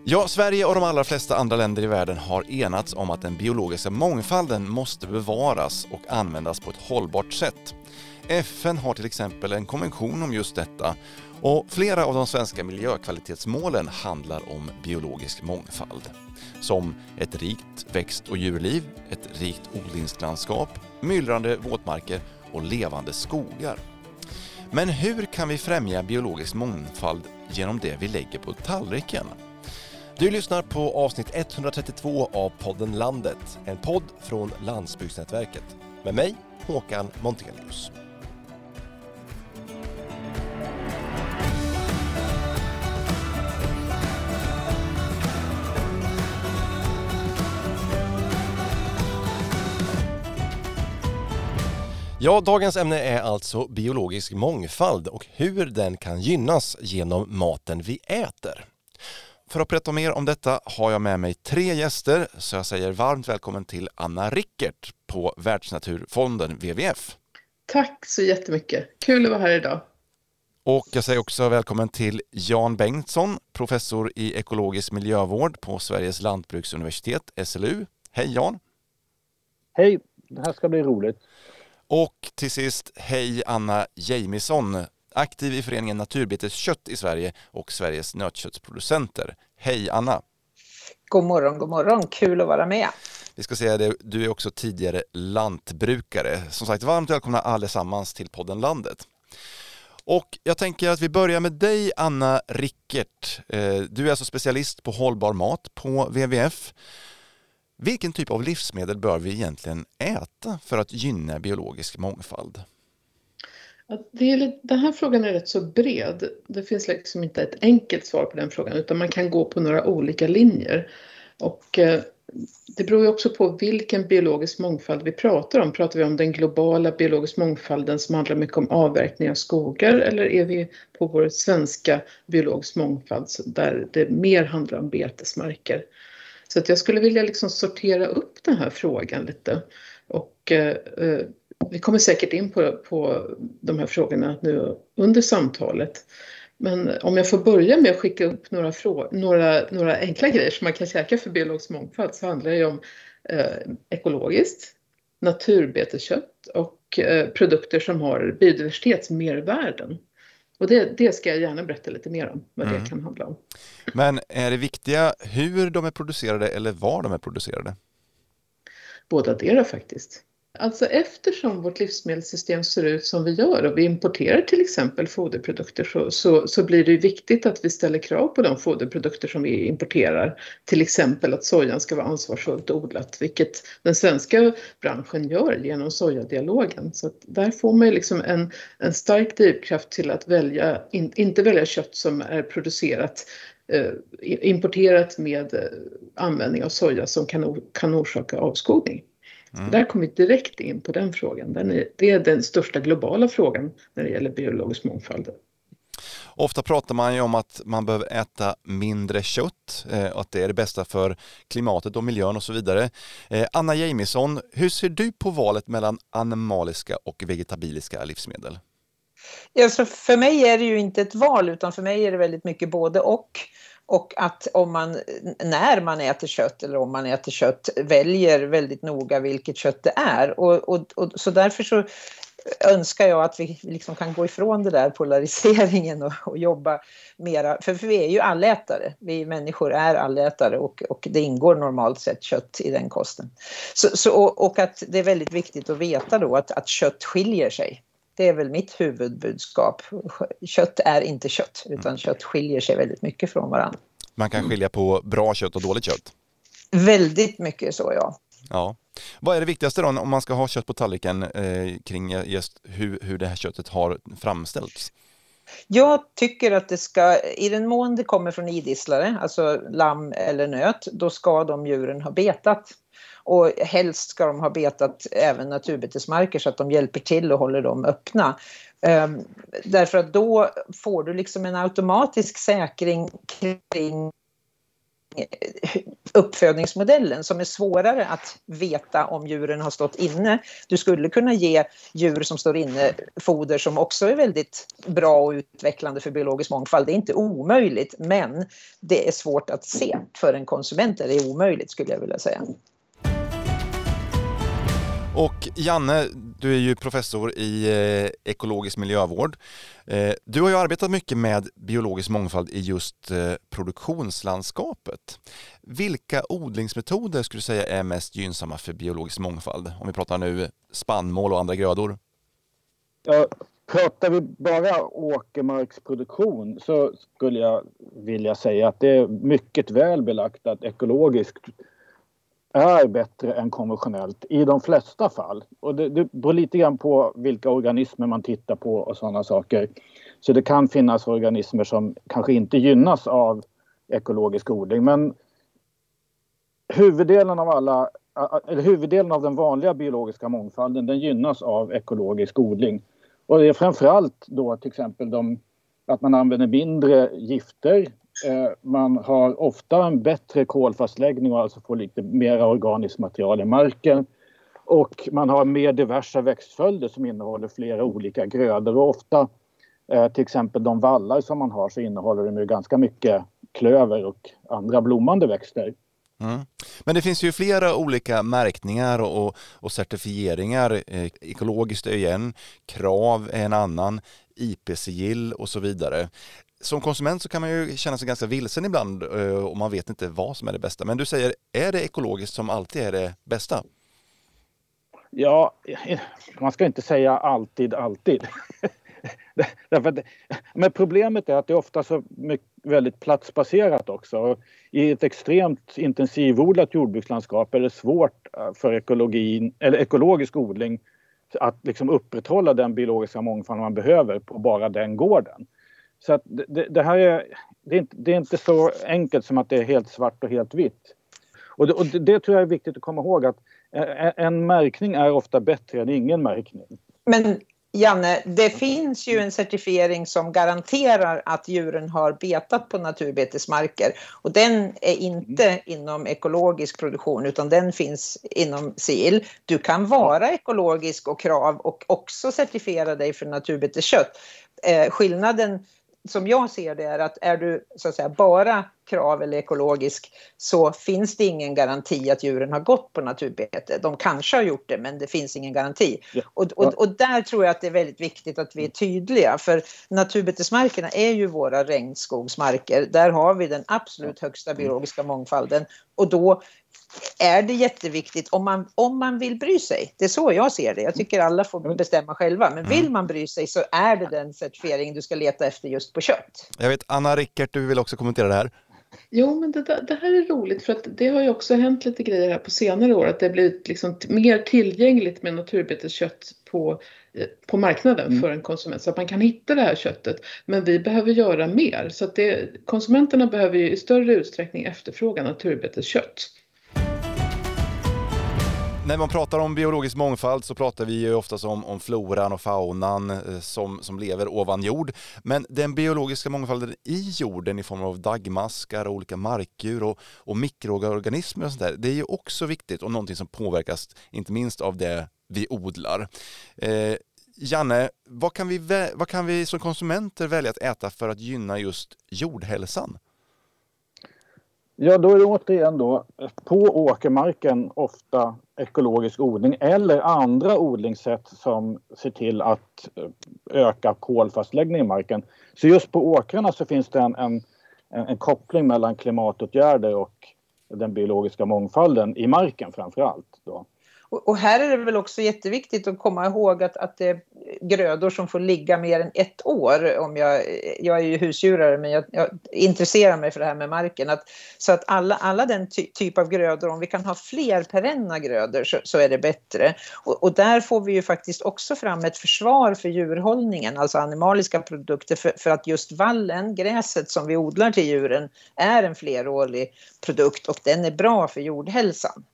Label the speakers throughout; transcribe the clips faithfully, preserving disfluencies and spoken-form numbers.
Speaker 1: Ja, Sverige och de allra flesta andra länder i världen har enats om att den biologiska mångfalden måste bevaras och användas på ett hållbart sätt. F N har till exempel en konvention om just detta och flera av de svenska miljökvalitetsmålen handlar om biologisk mångfald. Som ett rikt växt- och djurliv, ett rikt odlingslandskap, myllrande våtmarker och levande skogar. Men hur kan vi främja biologisk mångfald genom det vi lägger på tallriken?
Speaker 2: Du lyssnar på avsnitt etthundratrettiotvå av podden Landet, en podd från Landsbygdsnätverket. Med mig, Håkan Montelius. Ja, dagens ämne är alltså biologisk mångfald och hur den kan gynnas genom maten vi äter. För att berätta mer om detta har jag med mig tre gäster, så jag säger varmt välkommen till Anna Rickert på Världsnaturfonden W W F.
Speaker 3: Tack så jättemycket. Kul att vara här idag.
Speaker 1: Och jag säger också välkommen till Jan Bengtsson, professor i ekologisk miljövård på Sveriges lantbruksuniversitet, S L U. Hej Jan!
Speaker 4: Hej, det här ska bli roligt.
Speaker 1: Och till sist, hej Anna Jamison, aktiv i föreningen Naturbeteskött i Sverige och Sveriges nötköttsproducenter. Hej Anna!
Speaker 5: God morgon, god morgon. Kul att vara med.
Speaker 1: Vi ska säga det, du är också tidigare lantbrukare. Som sagt, varmt välkomna allesammans till podden Landet. Och jag tänker att vi börjar med dig Anna Rickert. Du är alltså specialist på hållbar mat på W W F. Vilken typ av livsmedel bör vi egentligen äta för att gynna biologisk mångfald?
Speaker 3: Det är lite, den här frågan är rätt så bred. Det finns liksom inte ett enkelt svar på den frågan utan man kan gå på några olika linjer. Och eh, det beror ju också på vilken biologisk mångfald vi pratar om. Pratar vi om den globala biologisk mångfalden som handlar mycket om avverkning av skogar eller är vi på vår svenska biologisk mångfald där det mer handlar om betesmarker? Så att jag skulle vilja liksom sortera upp den här frågan lite och eh, vi kommer säkert in på, på de här frågorna nu under samtalet. Men om jag får börja med att skicka upp några, frå- några, några enkla grejer som man kan käka för biologisk mångfald så handlar det om eh, ekologiskt, naturbeteskött och eh, produkter som har biodiversitetsmervärden. Och det, det ska jag gärna berätta lite mer om vad mm. det kan handla om.
Speaker 1: Men är det viktiga hur de är producerade eller var de är producerade?
Speaker 3: Båda delar faktiskt. Alltså eftersom vårt livsmedelssystem ser ut som vi gör och vi importerar till exempel foderprodukter så, så, så blir det viktigt att vi ställer krav på de foderprodukter som vi importerar. Till exempel att sojan ska vara ansvarsfullt odlat, vilket den svenska branschen gör genom sojadialogen. Så att där får man liksom en, en stark drivkraft till att välja, in, inte välja kött som är producerat eh, importerat med eh, användning av soja som kan, kan orsaka avskogning. Mm. Där kommer vi direkt in på den frågan. Den är, det är den största globala frågan när det gäller biologisk mångfald.
Speaker 1: Ofta pratar man ju om att man behöver äta mindre kött, eh, att det är det bästa för klimatet och miljön och så vidare. Eh, Anna Jamison, hur ser du på valet mellan animaliska och vegetabiliska livsmedel?
Speaker 5: Ja, så för mig är det ju inte ett val utan för mig är det väldigt mycket både och. Och att om man, när man äter kött eller om man äter kött väljer väldigt noga vilket kött det är. Och, och, och, så därför så önskar jag att vi liksom kan gå ifrån det där polariseringen och, och jobba mera. För, för vi är ju allätare. Vi människor är allätare och, och det ingår normalt sett kött i den kosten. Så, så, och, och att det är väldigt viktigt att veta då att, att kött skiljer sig. Det är väl mitt huvudbudskap. Kött är inte kött, utan kött skiljer sig väldigt mycket från varandra.
Speaker 1: Man kan skilja på bra kött och dåligt kött?
Speaker 5: Väldigt mycket så, ja.
Speaker 1: Ja. Vad är det viktigaste då om man ska ha kött på tallriken eh, kring just hur, hur det här köttet har framställts?
Speaker 5: Jag tycker att det ska, i den mån det kommer från idisslare, alltså lamm eller nöt, då ska de djuren ha betat. Och helst ska de ha betat även naturbetesmarker så att de hjälper till och håller dem öppna. Um, därför att då får du liksom en automatisk säkring kring uppfödningsmodellen som är svårare att veta om djuren har stått inne. Du skulle kunna ge djur som står inne foder som också är väldigt bra och utvecklande för biologisk mångfald. Det är inte omöjligt, men det är svårt att se för en konsument. Det är omöjligt, skulle jag vilja säga.
Speaker 2: Och Janne, du är ju professor i eh, ekologisk miljövård. Eh, du har ju arbetat mycket med biologisk mångfald i just eh, produktionslandskapet. Vilka odlingsmetoder skulle du säga är mest gynnsamma för biologisk mångfald? Om vi pratar nu spannmål och andra grödor.
Speaker 4: Ja, pratar vi bara åkermarksproduktion så skulle jag vilja säga att det är mycket väl belagt att ekologiskt är bättre än konventionellt i de flesta fall. Och det, det beror lite grann på vilka organismer man tittar på och sådana saker. Så det kan finnas organismer som kanske inte gynnas av ekologisk odling. Men huvuddelen av alla, eller huvuddelen av den vanliga biologiska mångfalden, den gynnas av ekologisk odling. Och det är framförallt då till exempel de, att man använder mindre gifter. Man har ofta en bättre kolfastläggning och alltså får lite mer organiskt material i marken. Och man har mer diversa växtföljder som innehåller flera olika grödor. Och ofta, till exempel de vallar som man har, så innehåller de ju ganska mycket klöver och andra blommande växter.
Speaker 2: Mm. Men det finns ju flera olika märkningar och, och certifieringar. Eh, ekologiskt är igen, krav är en annan, I P-sigill och så vidare. Som konsument så kan man ju känna sig ganska vilsen ibland och man vet inte vad som är det bästa. Men du säger, är det ekologiskt som alltid är det bästa?
Speaker 4: Ja, man ska inte säga alltid, alltid. Därför att, men problemet är att det är ofta så mycket, väldigt platsbaserat också. I ett extremt intensivodlat jordbrukslandskap är det svårt för ekologin, eller ekologisk odling att liksom upprätthålla den biologiska mångfald man behöver på bara den gården. Så att det, det här är det, är inte, det är inte så enkelt som att det är helt svart och helt vitt. Och det, och det, det tror jag är viktigt att komma ihåg, att en märkning är ofta bättre än ingen märkning.
Speaker 5: Men Janne, det finns ju en certifiering som garanterar att djuren har betat på naturbetesmarker. Och den är inte mm. inom ekologisk produktion, utan den finns inom S I L. Du kan vara ekologisk och krav och också certifiera dig för naturbeteskött. Eh, skillnaden som jag ser det är att är du så att säga bara krav eller ekologisk, så finns det ingen garanti att djuren har gått på naturbete. De kanske har gjort det, men det finns ingen garanti. Ja. Och, och, och där tror jag att det är väldigt viktigt att vi är tydliga, för naturbetesmarkerna är ju våra regnskogsmarker. Där har vi den absolut högsta biologiska mångfalden, och då är det jätteviktigt om man, om man vill bry sig. Det är så jag ser det. Jag tycker alla får bestämma själva. Men vill man bry sig så är det den certifiering du ska leta efter just på kött.
Speaker 2: Jag vet, Anna Rickert, du vill också kommentera det här.
Speaker 3: Jo, men det, det här är roligt, för att det har ju också hänt lite grejer här på senare år. Att det har blivit liksom mer tillgängligt med naturbeteskött på, på marknaden mm. för en konsument. Så att man kan hitta det här köttet. Men vi behöver göra mer. Så att det, konsumenterna behöver ju i större utsträckning efterfråga naturbeteskött.
Speaker 2: När man pratar om biologisk mångfald så pratar vi ju ofta om, om floran och faunan eh, som, som lever ovan jord. Men den biologiska mångfalden i jorden i form av daggmaskar och olika markdjur och, och mikroorganismer och sånt där, det är ju också viktigt och någonting som påverkas inte minst av det vi odlar. Eh, Janne, vad kan, vi, vad kan vi som konsumenter välja att äta för att gynna just jordhälsan?
Speaker 4: Ja, då är det återigen då på åkermarken ofta ekologisk odling eller andra odlingssätt som ser till att öka kolfastläggning i marken. Så just på åkrarna så finns det en, en, en koppling mellan klimatåtgärder och den biologiska mångfalden i marken framför allt då.
Speaker 5: Och här är det väl också jätteviktigt att komma ihåg att, att det är grödor som får ligga mer än ett år. Om jag, jag är ju husdjurare, men jag, jag intresserar mig för det här med marken. Att, så att alla, alla den ty, typ av grödor, om vi kan ha fler perenna grödor så, så är det bättre. Och, och där får vi ju faktiskt också fram ett försvar för djurhållningen, alltså animaliska produkter. För, för att just vallen, gräset som vi odlar till djuren, är en flerårig produkt och den är bra för jordhälsan.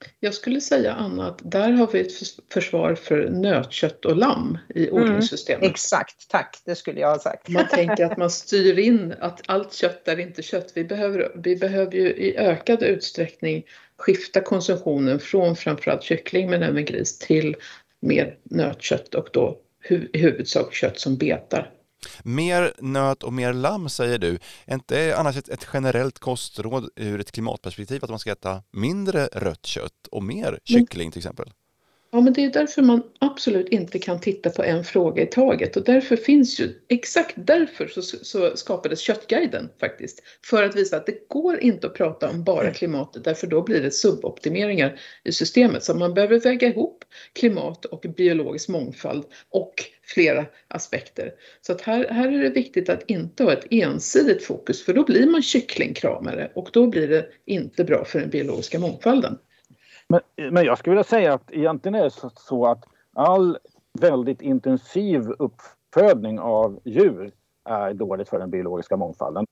Speaker 3: Jag skulle säga, Anna, att där har vi ett försvar för nötkött och lamm i odlingssystemet.
Speaker 5: Mm, exakt, tack. Det skulle jag ha sagt.
Speaker 3: Man tänker att man styr in att allt kött är inte kött. Vi behöver, vi behöver ju i ökad utsträckning skifta konsumtionen från framförallt kyckling men även gris till mer nötkött och då hu- i huvudsak kött som betar.
Speaker 2: Mer nöt och mer lamm, säger du. Är inte annars ett, ett generellt kostråd ur ett klimatperspektiv att man ska äta mindre rött kött och mer kyckling till exempel?
Speaker 3: Ja, men det är därför man absolut inte kan titta på en fråga i taget. Och därför finns ju, exakt därför så, så skapades Köttguiden faktiskt. För att visa att det går inte att prata om bara klimatet, därför då blir det suboptimeringar i systemet. Så man behöver väga ihop klimat och biologisk mångfald och flera aspekter. Så att här, här är det viktigt att inte ha ett ensidigt fokus, för då blir man kycklingkramare och då blir det inte bra för den biologiska mångfalden.
Speaker 4: Men, men jag skulle vilja säga att egentligen är det så, så att all väldigt intensiv uppfödning av djur är dåligt för den biologiska mångfalden.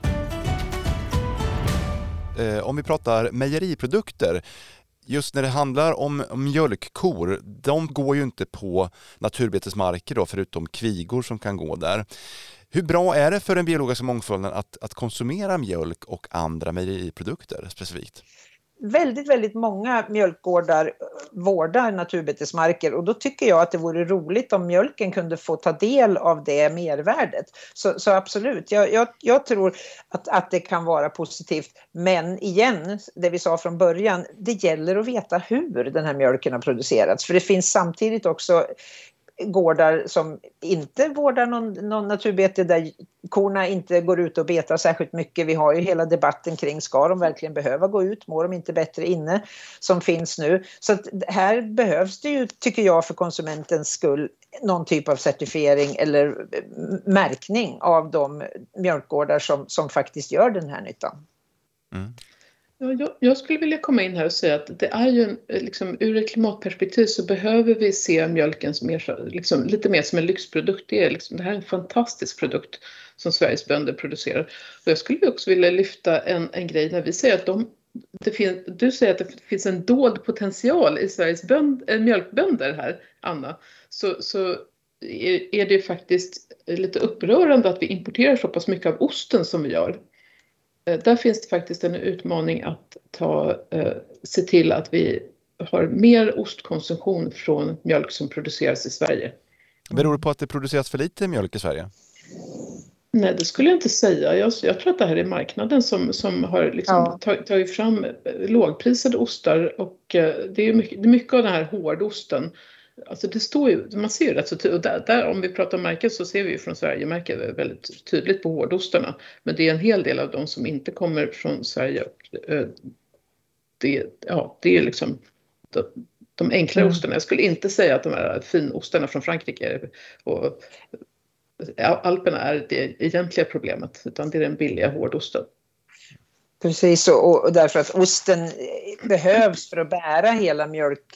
Speaker 2: Eh, om vi pratar mejeriprodukter, just när det handlar om, om mjölkkor, de går ju inte på naturbetesmarker då, förutom kvigor som kan gå där. Hur bra är det för den biologiska mångfalden att, att konsumera mjölk och andra mejeriprodukter specifikt?
Speaker 5: Väldigt, väldigt många mjölkgårdar vårdar naturbetesmarker, och då tycker jag att det vore roligt om mjölken kunde få ta del av det mervärdet. Så, så absolut, jag, jag, jag tror att, att det kan vara positivt. Men igen, det vi sa från början, det gäller att veta hur den här mjölken har producerats. För det finns samtidigt också gårdar som inte vårdar någon, någon naturbete, där korna inte går ut och betar särskilt mycket. Vi har ju hela debatten kring, ska de verkligen behöva gå ut? Mår de inte bättre inne, som finns nu? Så att här behövs det ju, tycker jag, för konsumentens skull någon typ av certifiering eller märkning av de mjölkgårdar som, som faktiskt gör den här nyttan.
Speaker 2: Mm.
Speaker 3: Ja, jag, jag skulle vilja komma in här och säga att det är ju en, liksom, ur ett klimatperspektiv så behöver vi se mjölken som mer, liksom, lite mer som en lyxprodukt. Det, är, liksom, det här är en fantastisk produkt som Sveriges bönder producerar. Och jag skulle också vilja lyfta en, en grej när vi säger att de, det fin, du säger att det finns en dold potential i Sveriges bönd, äh, mjölkbönder här, Anna. Så, så är, är det faktiskt lite upprörande att vi importerar så pass mycket av osten som vi gör. Där finns det faktiskt en utmaning att ta, eh, se till att vi har mer ostkonsumtion från mjölk som produceras i Sverige.
Speaker 2: Beror det på att det produceras för lite mjölk i Sverige?
Speaker 3: Nej, det skulle jag inte säga. Jag, jag tror att det här är marknaden som, som har liksom ja. tag, tagit fram lågprisade ostar. Och eh, det är mycket, det är mycket av den här hårdosten. Alltså det står ju, man ser ju rätt så tydligt, där, där om vi pratar om märken så ser vi ju från Sverige märken väldigt tydligt på hårdostarna. Men det är en hel del av dem som inte kommer från Sverige. Det, ja, det är liksom de, de enklare mm. ostarna. Jag skulle inte säga att de här finostarna från Frankrike och Alperna är det egentliga problemet, utan det är den billiga hårdosten.
Speaker 5: Precis, och, och därför att osten behövs för att bära hela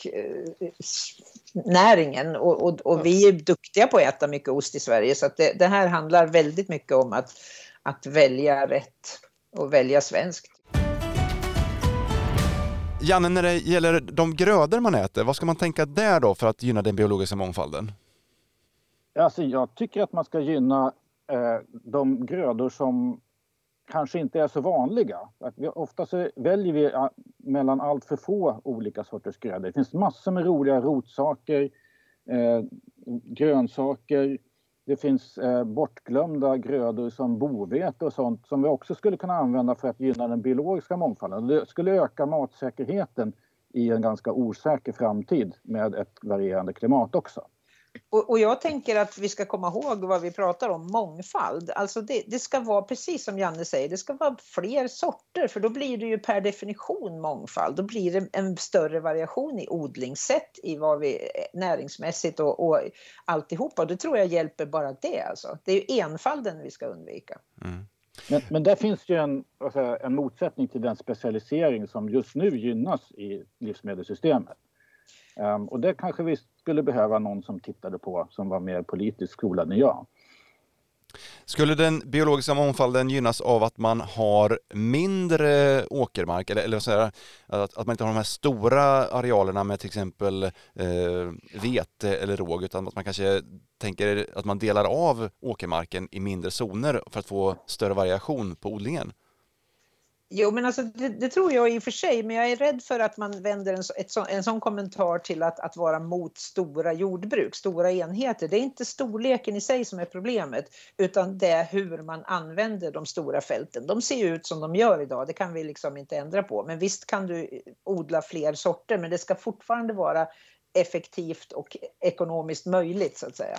Speaker 5: mjölknäringen, och, och, och vi är duktiga på att äta mycket ost i Sverige, så att det, det här handlar väldigt mycket om att, att välja rätt och välja svenskt.
Speaker 2: Janne, när det gäller de grödor man äter, vad ska man tänka där då för att gynna den biologiska mångfalden?
Speaker 4: Alltså, jag tycker att man ska gynna eh, de grödor som kanske inte är så vanliga. Att vi, ofta så väljer vi mellan allt för få olika sorters grödor. Det finns massor med roliga rotsaker, eh, grönsaker. Det finns eh, bortglömda grödor som bovete och sånt som vi också skulle kunna använda för att gynna den biologiska mångfalden. Det skulle öka matsäkerheten i en ganska osäker framtid med ett varierande klimat också.
Speaker 5: Och, och jag tänker att vi ska komma ihåg vad vi pratar om, mångfald. Alltså det, det ska vara precis som Janne säger, det ska vara fler sorter, för då blir det ju per definition mångfald. Då blir det en större variation i odlingssätt, i vad vi näringsmässigt och, och alltihopa. Det tror jag hjälper bara det. Alltså. Det är ju enfalden vi ska undvika.
Speaker 2: Mm.
Speaker 4: Men, men där finns ju en, alltså, en motsättning till den specialisering som just nu gynnas i livsmedelssystemet. Um, och det kanske vi skulle behöva någon som tittade på som var mer politiskt skolad än jag.
Speaker 1: Skulle den biologiska mångfalden gynnas av att man har mindre åkermark eller, eller så här, att, att man inte har de här stora arealerna med till exempel eh, vete eller råg, utan att man kanske tänker att man delar av åkermarken i mindre zoner för att få större variation på odlingen?
Speaker 5: Jo, men alltså det, det tror jag i och för sig, men jag är rädd för att man vänder en, ett så, en sån kommentar till att, att vara mot stora jordbruk, stora enheter. Det är inte storleken i sig som är problemet, utan det är hur man använder de stora fälten. De ser ut som de gör idag, det kan vi liksom inte ändra på. Men visst kan du odla fler sorter, men det ska fortfarande vara effektivt och ekonomiskt möjligt så att säga.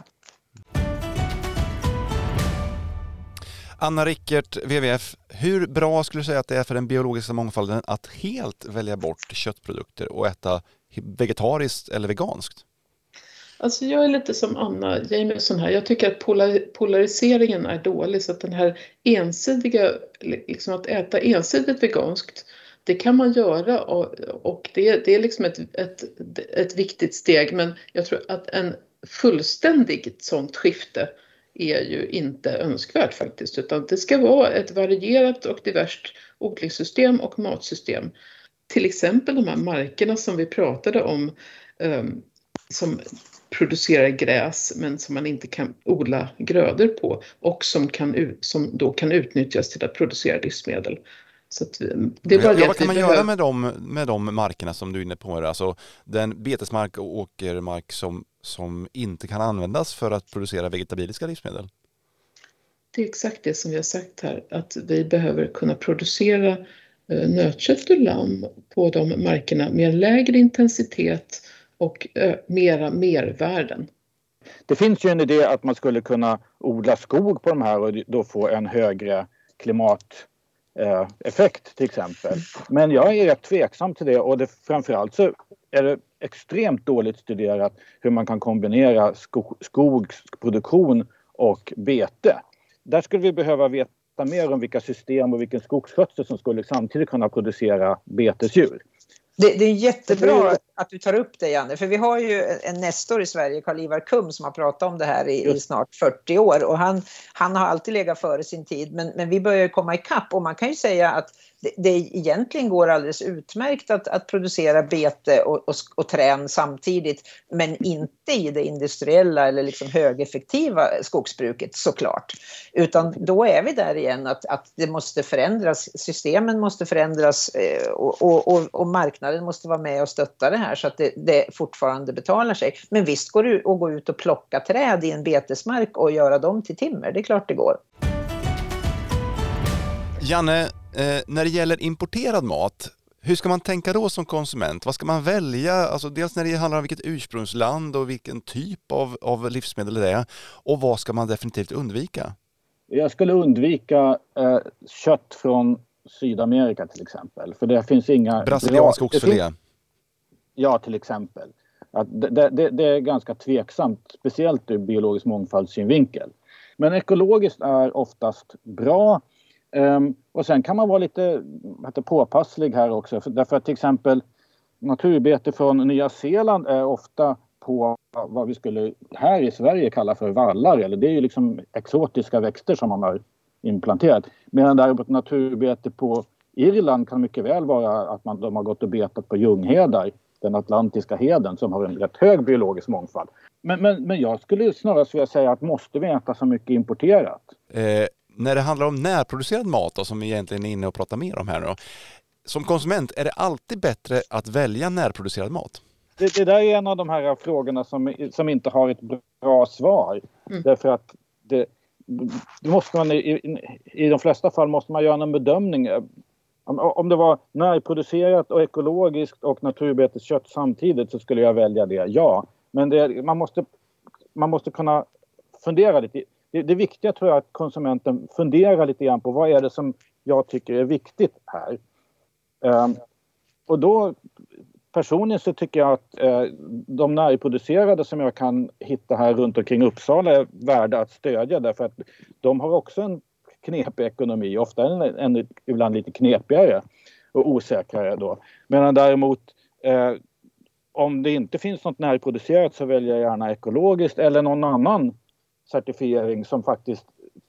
Speaker 1: Anna Rickert, W W F, hur bra skulle du säga att det är för den biologiska mångfalden att helt välja bort köttprodukter och äta vegetariskt eller veganskt?
Speaker 3: Alltså jag är lite som Anna Jameson här. Jag tycker att polar- polariseringen är dålig, så att den här ensidiga, liksom att äta ensidigt veganskt, det kan man göra och, och det, det är liksom ett, ett, ett viktigt steg, men jag tror att en fullständigt sånt skifte är ju inte önskvärt faktiskt, utan det ska vara ett varierat och diverst odlingssystem och matsystem. Till exempel de här markerna som vi pratade om um, som producerar gräs men som man inte kan odla grödor på och som, kan, som då kan utnyttjas till att producera livsmedel. Så att det är bara
Speaker 1: ja,
Speaker 3: det
Speaker 1: vad kan man
Speaker 3: behöver...
Speaker 1: göra med de, med de markerna som du är inne på? Alltså den betesmark och åkermark som, som inte kan användas för att producera vegetabiliska livsmedel?
Speaker 3: Det är exakt det som vi har sagt här, att vi behöver kunna producera eh, nötkött och lamm på de markerna med lägre intensitet och eh, mera mervärden.
Speaker 4: Det finns ju en idé att man skulle kunna odla skog på de här och då få en högre klimat Eh, effekt till exempel. Men jag är rätt tveksam till det, och det, framförallt så är det extremt dåligt studerat hur man kan kombinera sko- skogsproduktion och bete. Där skulle vi behöva veta mer om vilka system och vilken skogsskötsel som skulle samtidigt kunna producera betesdjur.
Speaker 5: Det, det är jättebra att du tar upp det, Janne, för vi har ju en nestor i Sverige, Karl-Ivar Kum, som har pratat om det här i, i snart fyrtio år, och han, han har alltid legat före sin tid, men, men vi börjar komma ikapp, och man kan ju säga att det, det egentligen går alldeles utmärkt att, att producera bete och, och, och trän samtidigt, men inte i det industriella eller liksom högeffektiva skogsbruket såklart, utan då är vi där igen att, att det måste förändras, systemen måste förändras och, och, och, och marknaden måste vara med och stötta det här så att det, det fortfarande betalar sig. Men visst går det att gå ut och plocka träd i en betesmark och göra dem till timmer, det är klart det går.
Speaker 1: Janne, eh, när det gäller importerad mat, hur ska man tänka då som konsument? Vad ska man välja? Alltså dels när det handlar om vilket ursprungsland och vilken typ av, av livsmedel det är, och vad ska man definitivt undvika? Jag
Speaker 4: skulle undvika eh, kött från Sydamerika till exempel, för det finns inga...
Speaker 1: Brasiliansk oxfilé.
Speaker 4: Ja, till exempel. Att det, det, det är ganska tveksamt, speciellt ur biologisk mångfaldssynvinkel. Men ekologiskt är oftast bra. Um, och sen kan man vara lite, lite påpasslig här också. För, därför att till exempel naturbete från Nya Zeeland är ofta på vad vi skulle här i Sverige kalla för vallar. Eller det är ju liksom exotiska växter som man har implanterat. Medan däremot naturbete på Irland kan mycket väl vara att man, de har gått och betat på ljunghedar, den atlantiska heden som har en rätt hög biologisk mångfald. Men, men, men jag skulle snarast vilja säga att måste vi äta så mycket importerat?
Speaker 1: Eh, när det handlar om närproducerad mat då, som vi egentligen är inne och pratar mer om här nu då. Som konsument, är det alltid bättre att välja närproducerad mat?
Speaker 4: Det, det där är en av de här frågorna som, som inte har ett bra svar. Mm. Därför att det, det måste man, i, i de flesta fall måste man göra en bedömning. Om, om det var närproducerat och ekologiskt och naturbeteskött samtidigt så skulle jag välja det, ja. Men det, man, måste, man måste kunna fundera lite. Det, det viktiga tror jag att konsumenten funderar lite grann på vad är det som jag tycker är viktigt här. Um, och då personligen så tycker jag att eh, de närproducerade som jag kan hitta här runt omkring Uppsala är värda att stödja, därför att de har också en knepig ekonomi, ofta en, en ibland lite knepigare och osäkrare då. Medan däremot eh, om det inte finns något närproducerat så väljer jag gärna ekologiskt eller någon annan certifiering som faktiskt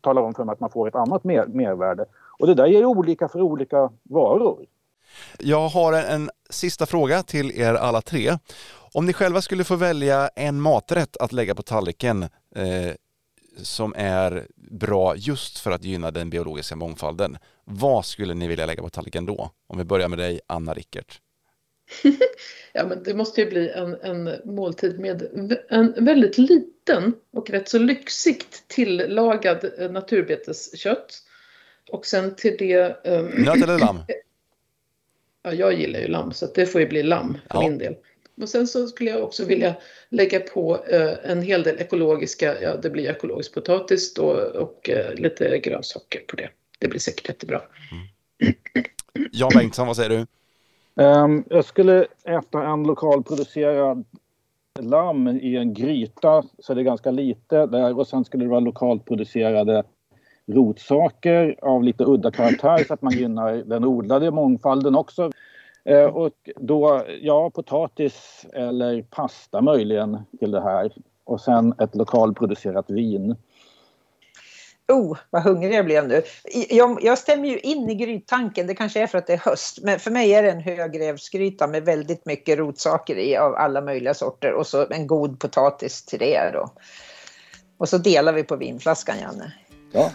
Speaker 4: talar om för mig att man får ett annat mer, mervärde. Och det där är olika för olika varor.
Speaker 1: Jag har en, en sista fråga till er alla tre. Om ni själva skulle få välja en maträtt att lägga på tallriken eh, som är bra just för att gynna den biologiska mångfalden, vad skulle ni vilja lägga på tallriken då? Om vi börjar med dig, Anna Rickert.
Speaker 3: Ja, men det måste ju bli en, en måltid med en väldigt liten och rätt så lyxigt tillagad naturbeteskött. Och sen till det... Um,
Speaker 1: Nöt eller lamm?
Speaker 3: Ja, jag gillar ju lamm, så att det får ju bli lamm för
Speaker 1: Ja.
Speaker 3: min del. Och sen så skulle jag också vilja lägga på uh, en hel del ekologiska, ja det blir ekologisk potatis då, och uh, lite grönsaker på det. Det blir säkert jättebra.
Speaker 1: Mm. Jan Bengtsson, vad säger du?
Speaker 4: Um, jag skulle äta en lokalproducerad lamm i en gryta, så det är ganska lite där, och sen skulle det vara lokalt producerade rotsaker av lite udda karaktär så att man gynnar den odlade mångfalden också. Uh, och då, ja, potatis eller pasta möjligen till det här. Och sen ett lokalproducerat vin.
Speaker 5: Oh, vad hungrig jag blev nu. Jag, jag stämmer ju in i gryttanken. Det kanske är för att det är höst. Men för mig är det en högrävsgryta med väldigt mycket rotsaker i av alla möjliga sorter. Och så en god potatis till det då. Och så delar vi på vinflaskan, Janne.
Speaker 4: Ja.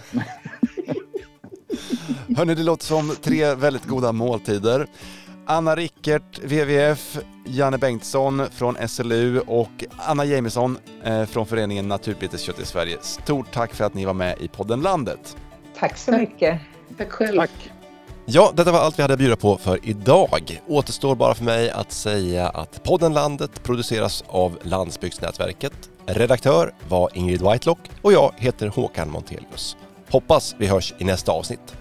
Speaker 1: Hörrni, det låter som tre väldigt goda måltider. Anna Rickert, W W F, Janne Bengtsson från S L U och Anna Jameson eh, från föreningen Naturbeteskött i Sverige. Stort tack för att ni var med i podden Landet.
Speaker 5: Tack så mycket.
Speaker 3: Tack själv.
Speaker 4: Tack.
Speaker 2: Ja, detta var allt vi hade att bjuda på för idag. Återstår bara för mig att säga att podden Landet produceras av Landsbygdsnätverket. Redaktör var Ingrid Whitelock och jag heter Håkan Montelius. Hoppas vi hörs i nästa avsnitt.